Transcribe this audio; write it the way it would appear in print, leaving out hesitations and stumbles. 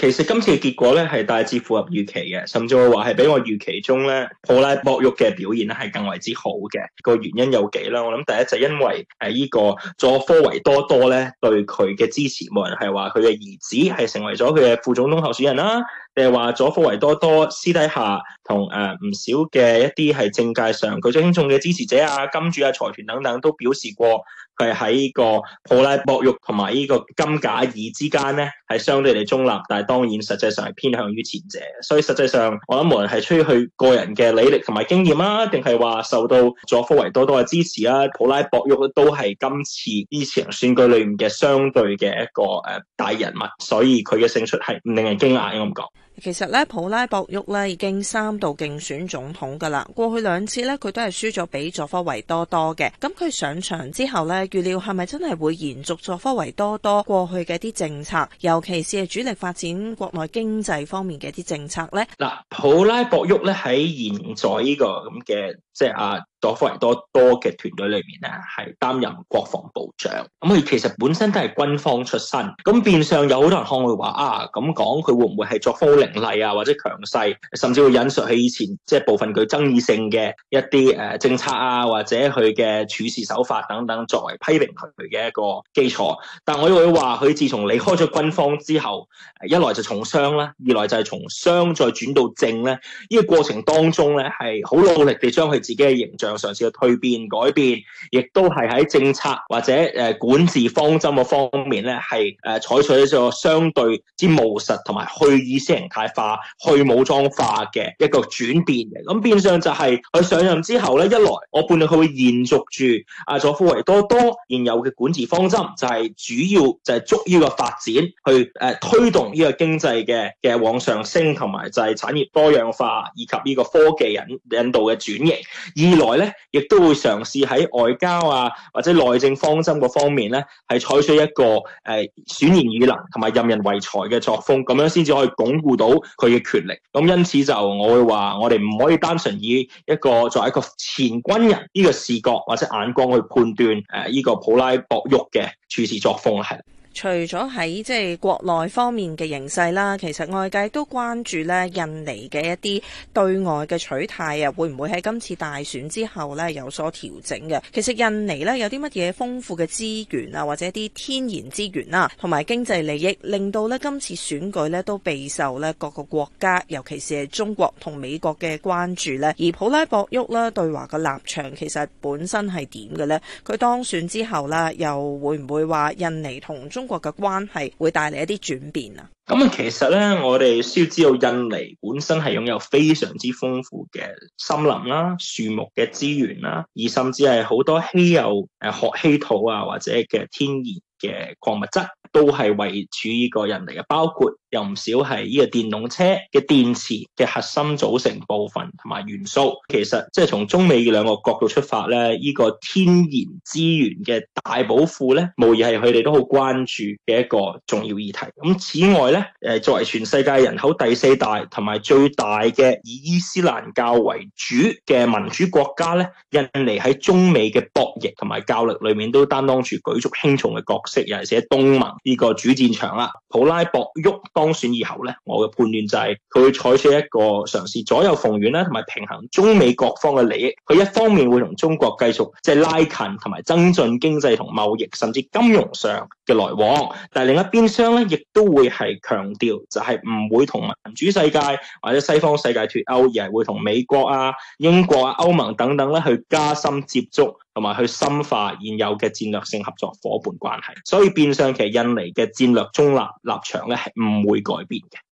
其實今次嘅結果咧係大致符合預期嘅，甚至會話係比我預期中咧普拉博沃嘅表現咧係更為之好嘅。個原因有幾啦？我諗第一就因為呢個佐科維多多咧對佢嘅支持，冇人係話佢嘅兒子係成為咗佢嘅副總統候選人啦，定係話佐科維多多私底下同唔少嘅一啲係政界上舉足輕重嘅支持者啊、金主啊、財團等等都表示過佢係喺呢個普拉博沃同埋呢個金賈爾之間咧係相對嚟中立，但係當然實際上係偏向於前者。所以實際上我諗無論係出於佢個人嘅履歷同埋經驗啊，定係話受到佐科維多多嘅支持啊，普拉博沃都係今次呢場選舉裏面嘅相對嘅一個大人物，所以佢嘅勝出係唔令人驚訝，應該咁講。 其實咧，普拉博沃咧已經3度競選總統噶啦，過去2次咧佢都係輸咗俾佐科維多多嘅。咁佢上場之後咧，預料係咪真係會延續佐科維多多過去嘅啲政策，尤其是係主力發展國內經濟方面嘅啲政策咧？ 嗱，普拉博沃咧喺現在呢個咁嘅即係佐科維多多嘅團隊裏面咧，係擔任國防部長。咁佢其實本身都係軍方出身，咁變相有好多人可能會話咁講佢會唔會係作風凌厲啊，或者強勢，甚至會引述佢以前即係部分具爭議性嘅一啲政策啊，或者佢嘅處事手法等等，作為批評佢嘅一個基礎。但我會話佢自從離開咗軍方之後，一來就從商啦，二來就係從商再轉到政咧，呢個過程當中咧係好努力地將佢自己嘅形象嘗試去蛻變改變，亦都係喺政策或者管治方針嘅方面咧係採取一個相對之務實同埋去意識形態化、去武裝化嘅一個轉變嘅。咁變相就係佢上任之後咧，一來我判斷佢會延續住佐科維多多現有嘅管治方針，就係主要就係捉呢個發展去推動呢個經濟嘅往上升，同埋就係產業多樣化以及呢個科技引導嘅轉型。二來咧，亦都會嘗試喺外交啊或者內政方針嗰方面咧，係採取一個選賢與能同埋任人唯才嘅作風，咁樣先至可以鞏固到佢嘅權力。咁因此就我會話，我哋唔可以單純以一個作為一個前軍人呢個視覺或者眼光去判斷呢個普拉博沃嘅處事作風係。 除咗喺即係國內方面嘅形勢啦，其實外界都關注咧印尼嘅一啲對外嘅取態啊，會唔會喺今次大選之後咧有所調整嘅？其實印尼咧有啲乜嘢豐富嘅資源啊，或者一啲天然資源啦，同埋經濟利益，令到咧今次選舉咧都備受咧各個國家，尤其是係中國同美國嘅關注咧。而普拉博沃咧對華嘅立場其實本身係點嘅咧？佢當選之後啦，又會唔會話印尼同中國嘅關係會帶嚟一啲轉變啊？ 咁其實咧，我哋需要知道印尼本身係擁有非常之豐富嘅森林啦、樹木嘅資源啦，而甚至係好多稀有稀土啊或者嘅天然嘅礦物質，都係位處呢個印尼嘅，包括有唔少係呢個電動車嘅電池嘅核心組成部分同埋元素。其實即係從中美兩個角度出發咧，呢個天然資源嘅大寶庫咧，無疑係佢哋都好關注嘅一個重要議題。咁此外咧，作為全世界人口第4大同埋最大嘅以伊斯蘭教為主嘅民主國家咧，印尼喺中美嘅博弈同埋較力裏面都擔當住舉足輕重嘅角色，尤其是喺東盟呢個主戰場啦。普拉博沃當選以後咧，我嘅判斷就係佢會採取一個嘗試左右逢源啦，同埋平衡中美各方嘅利益。佢一方面會同中國繼續即係拉近同埋增進經濟同貿易甚至金融上嘅來往，但係另一邊廂咧，亦都會係強調就係唔會同民主世界或者西方世界脫鈎，而係會同美國啊、英國啊、歐盟等等咧去加深接觸，同埋去深化現有嘅戰略性合作夥伴關係。所以變相其實印尼嘅戰略中立立場咧係唔會改變嘅。